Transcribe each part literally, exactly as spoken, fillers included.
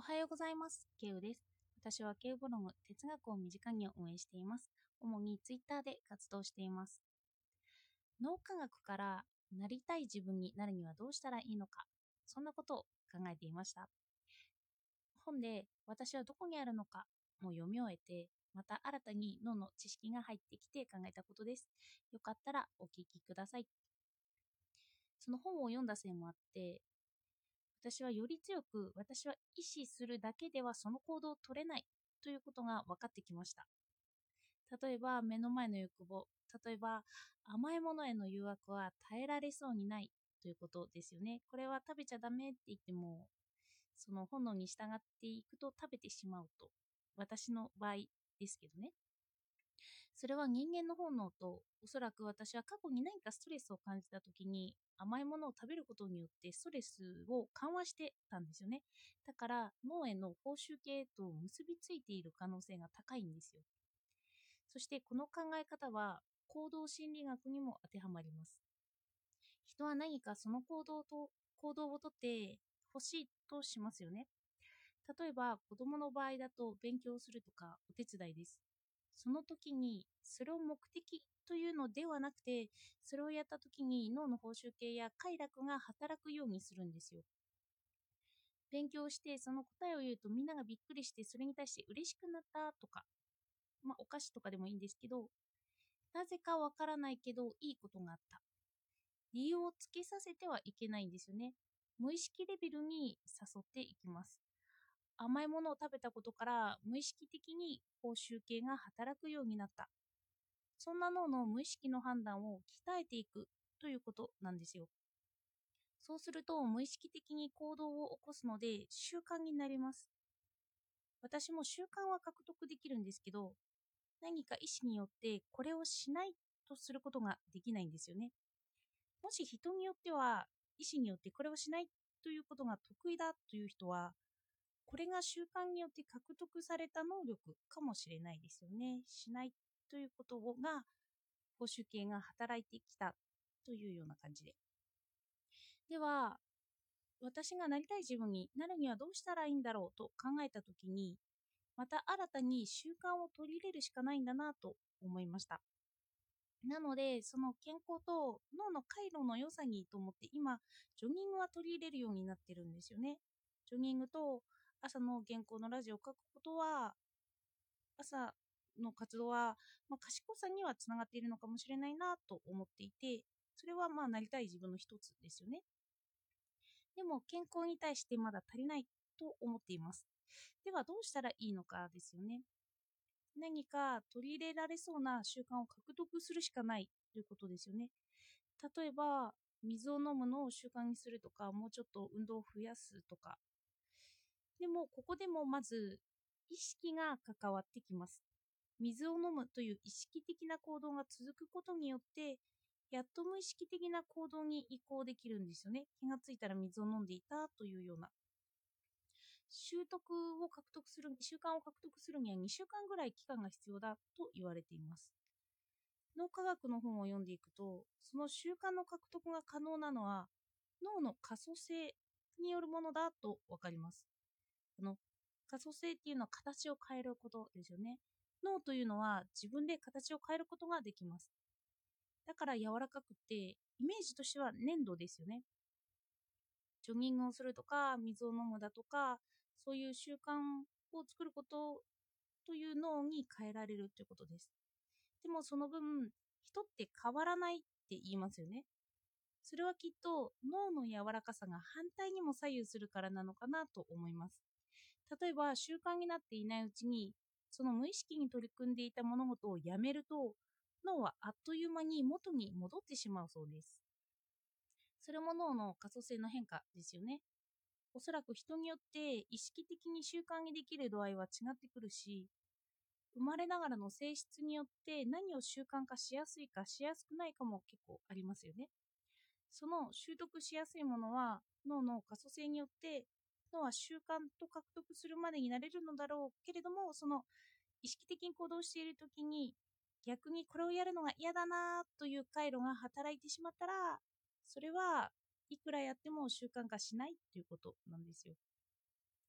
おはようございます。ケウです。私はケウブログ哲学を身近にを運営しています。主にツイッターで活動しています。脳科学からなりたい自分になるにはどうしたらいいのか、そんなことを考えていました。本で私はどこにあるのかも読み終えて、また新たに脳の知識が入ってきて考えたことです。よかったらお聞きください。その本を読んだせいもあって、私はより強く私は意思するだけではその行動を取れないということが分かってきました。例えば目の前の欲望、例えば甘いものへの誘惑は耐えられそうにないということですよね。これは食べちゃダメって言っても、その本能に従っていくと食べてしまうと。私の場合ですけどね。それは人間の本能と、おそらく私は過去に何かストレスを感じた時に甘いものを食べることによってストレスを緩和してたんですよね。だから脳への報酬系と結びついている可能性が高いんですよ。そしてこの考え方は行動心理学にも当てはまります。人は何かその行動と行動をとって欲しいとしますよね。例えば子供の場合だと勉強するとかお手伝いです。その時にそれを目的というのではなくて、それをやった時に脳の報酬系や快楽が働くようにするんですよ。勉強してその答えを言うとみんながびっくりしてそれに対して嬉しくなったとか、まあお菓子とかでもいいんですけど、なぜかわからないけどいいことがあった。理由をつけさせてはいけないんですよね。無意識レベルに誘っていきます。甘いものを食べたことから無意識的に報酬系が働くようになった。そんな脳の無意識の判断を鍛えていくということなんですよ。そうすると無意識的に行動を起こすので習慣になります。私も習慣は獲得できるんですけど、何か意思によってこれをしないとすることができないんですよね。もし人によっては意思によってこれをしないということが得意だという人は、これが習慣によって獲得された能力かもしれないですよね。しないということが報酬系が働いてきたというような感じで。では、私がなりたい自分になるにはどうしたらいいんだろうと考えたときに、また新たに習慣を取り入れるしかないんだなと思いました。なので、その健康と脳の回路の良さにと思って、今、ジョギングは取り入れるようになってるんですよね。ジョギングと朝の原稿のラジオを書くことは、朝の活動は、まあ、賢さにはつながっているのかもしれないなと思っていて、それはまあなりたい自分の一つですよね。でも健康に対してまだ足りないと思っています。ではどうしたらいいのかですよね。何か取り入れられそうな習慣を獲得するしかないということですよね。例えば、水を飲むのを習慣にするとか、もうちょっと運動を増やすとか。でも、ここでもまず、意識が関わってきます。水を飲むという意識的な行動が続くことによって、やっと無意識的な行動に移行できるんですよね。気がついたら水を飲んでいたというような。習得を獲得する、習慣を獲得するにはにしゅうかんぐらい期間が必要だと言われています。脳科学の本を読んでいくと、その習慣の獲得が可能なのは脳の可塑性によるものだと分かります。この可塑性っていうのは形を変えることですよね。脳というのは自分で形を変えることができます。だから柔らかくて、イメージとしては粘土ですよね。ジョギングをするとか、水を飲むだとか、そういう習慣を作ることという脳に変えられるということです。でもその分、人って変わらないって言いますよね。それはきっと脳の柔らかさが反対にも左右するからなのかなと思います。例えば習慣になっていないうちに、その無意識に取り組んでいた物事をやめると、脳はあっという間に元に戻ってしまうそうです。それも脳の可塑性の変化ですよね。おそらく人によって意識的に習慣にできる度合いは違ってくるし、生まれながらの性質によって何を習慣化しやすいかしやすくないかも結構ありますよね。その習得しやすいものは脳の可塑性によって脳は習慣と獲得するまでになれるのだろうけれども、その意識的に行動している時に逆にこれをやるのが嫌だなという回路が働いてしまったら、それはいくらやっても習慣化しないということなんですよ。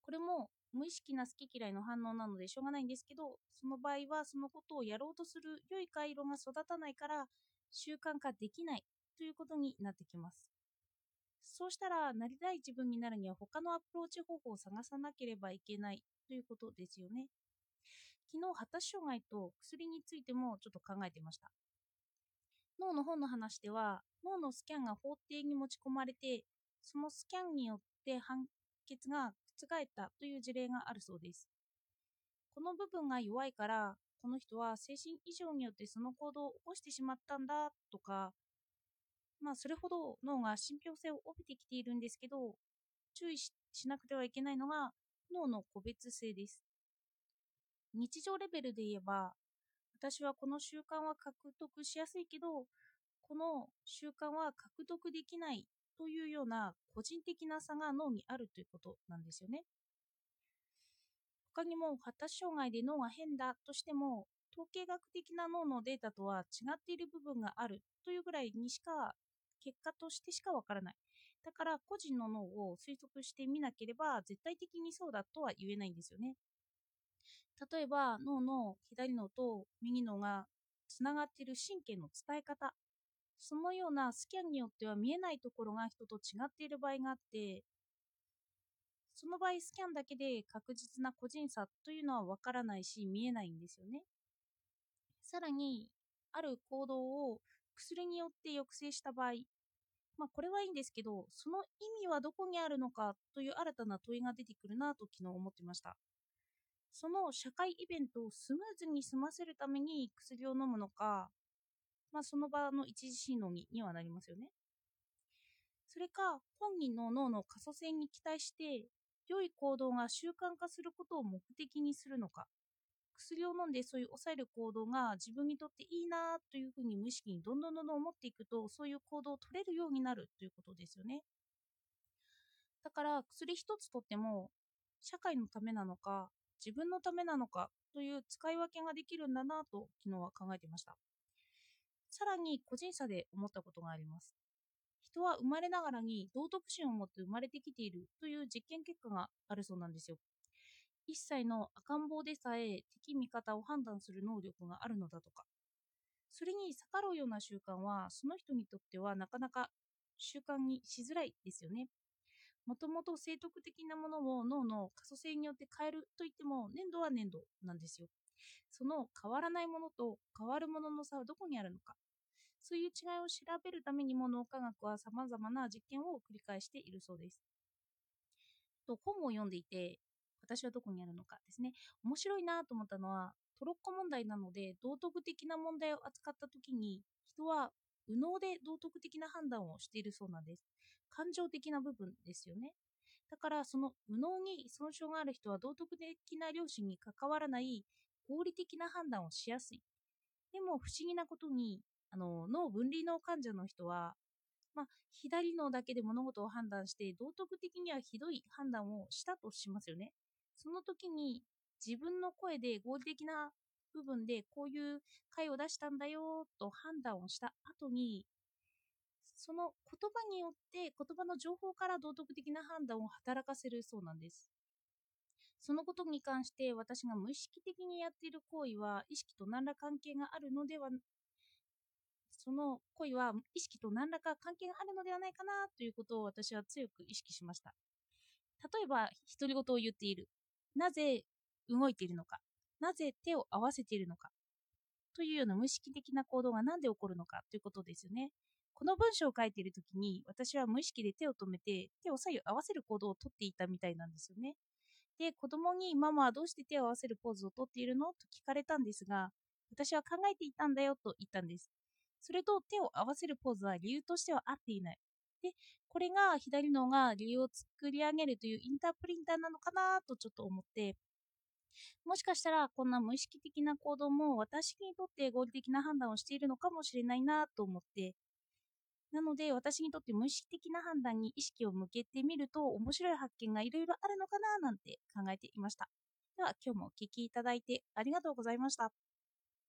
これも無意識な好き嫌いの反応なのでしょうがないんですけど、その場合はそのことをやろうとする良い回路が育たないから習慣化できないということになってきます。そうしたら、なりたい自分になるには他のアプローチ方法を探さなければいけないということですよね。昨日、発達障害と薬についてもちょっと考えてました。脳の本の話では、脳のスキャンが法廷に持ち込まれて、そのスキャンによって判決が覆ったという事例があるそうです。この部分が弱いから、この人は精神異常によってその行動を起こしてしまったんだとか、まあ、それほど脳が信憑性を帯びてきているんですけど、注意しなくてはいけないのが脳の個別性です。日常レベルで言えば、私はこの習慣は獲得しやすいけど、この習慣は獲得できないというような個人的な差が脳にあるということなんですよね。他にも発達障害で脳が変だとしても、統計学的な脳のデータとは違っている部分があるというぐらいにしか、結果としてしかわからない。だから個人の脳を推測してみなければ絶対的にそうだとは言えないんですよね。例えば脳の左脳と右脳がつながっている神経の伝え方、そのようなスキャンによっては見えないところが人と違っている場合があって、その場合スキャンだけで確実な個人差というのはわからないし見えないんですよね。さらに、ある行動を薬によって抑制した場合、まあこれはいいんですけど、その意味はどこにあるのかという新たな問いが出てくるなと昨日思ってました。その社会イベントをスムーズに済ませるために薬を飲むのか、まあその場の一時しのぎにはなりますよね。それか、本人の脳の可塑性に期待して、良い行動が習慣化することを目的にするのか、薬を飲んでそういう抑える行動が自分にとっていいなというふうに無意識にどんどんどんどん思っていくと、そういう行動を取れるようになるということですよね。だから薬一つとっても社会のためなのか自分のためなのかという使い分けができるんだなと昨日は考えていました。さらに個人差で思ったことがあります。人は生まれながらに道徳心を持って生まれてきているという実験結果があるそうなんですよ。いっさいの赤ん坊でさえ敵味方を判断する能力があるのだとか。それに逆らうような習慣はその人にとってはなかなか習慣にしづらいですよね。もともと正徳的なものを脳の可塑性によって変えるといっても粘土は粘土なんですよ。その変わらないものと変わるものの差はどこにあるのか。そういう違いを調べるためにも脳科学は様々な実験を繰り返しているそうです。と本を読んでいて、私はどこにあるのかですね。面白いなと思ったのは、トロッコ問題なので、道徳的な問題を扱ったときに、人は右脳で道徳的な判断をしているそうなんです。感情的な部分ですよね。だから、その右脳に損傷がある人は道徳的な良心に関わらない合理的な判断をしやすい。でも、不思議なことに、あの脳分離脳患者の人は、まあ、左脳だけで物事を判断して道徳的にはひどい判断をしたとしますよね。その時に自分の声で合理的な部分でこういう回を出したんだよと判断をした後に、その言葉によって言葉の情報から道徳的な判断を働かせるそうなんです。そのことに関して私が無意識的にやっている行為は意識と何ら関係があるのではその恋は意識と何らか関係があるのではないかなということを私は強く意識しました。例えば、独り言を言っている。なぜ動いているのか。なぜ手を合わせているのか。というような無意識的な行動が何で起こるのかということですよね。この文章を書いているときに、私は無意識で手を止めて、手を左右合わせる行動をとっていたみたいなんですよね。で、子供にママはどうして手を合わせるポーズをとっているのと聞かれたんですが、私は考えていたんだよと言ったんです。それと手を合わせるポーズは理由としては合っていない。で、これが左脳が理由を作り上げるというインタープリンターなのかなとちょっと思って、もしかしたらこんな無意識的な行動も私にとって合理的な判断をしているのかもしれないなと思って、なので私にとって無意識的な判断に意識を向けてみると面白い発見がいろいろあるのかななんて考えていました。では今日もお聞きいただいてありがとうございました。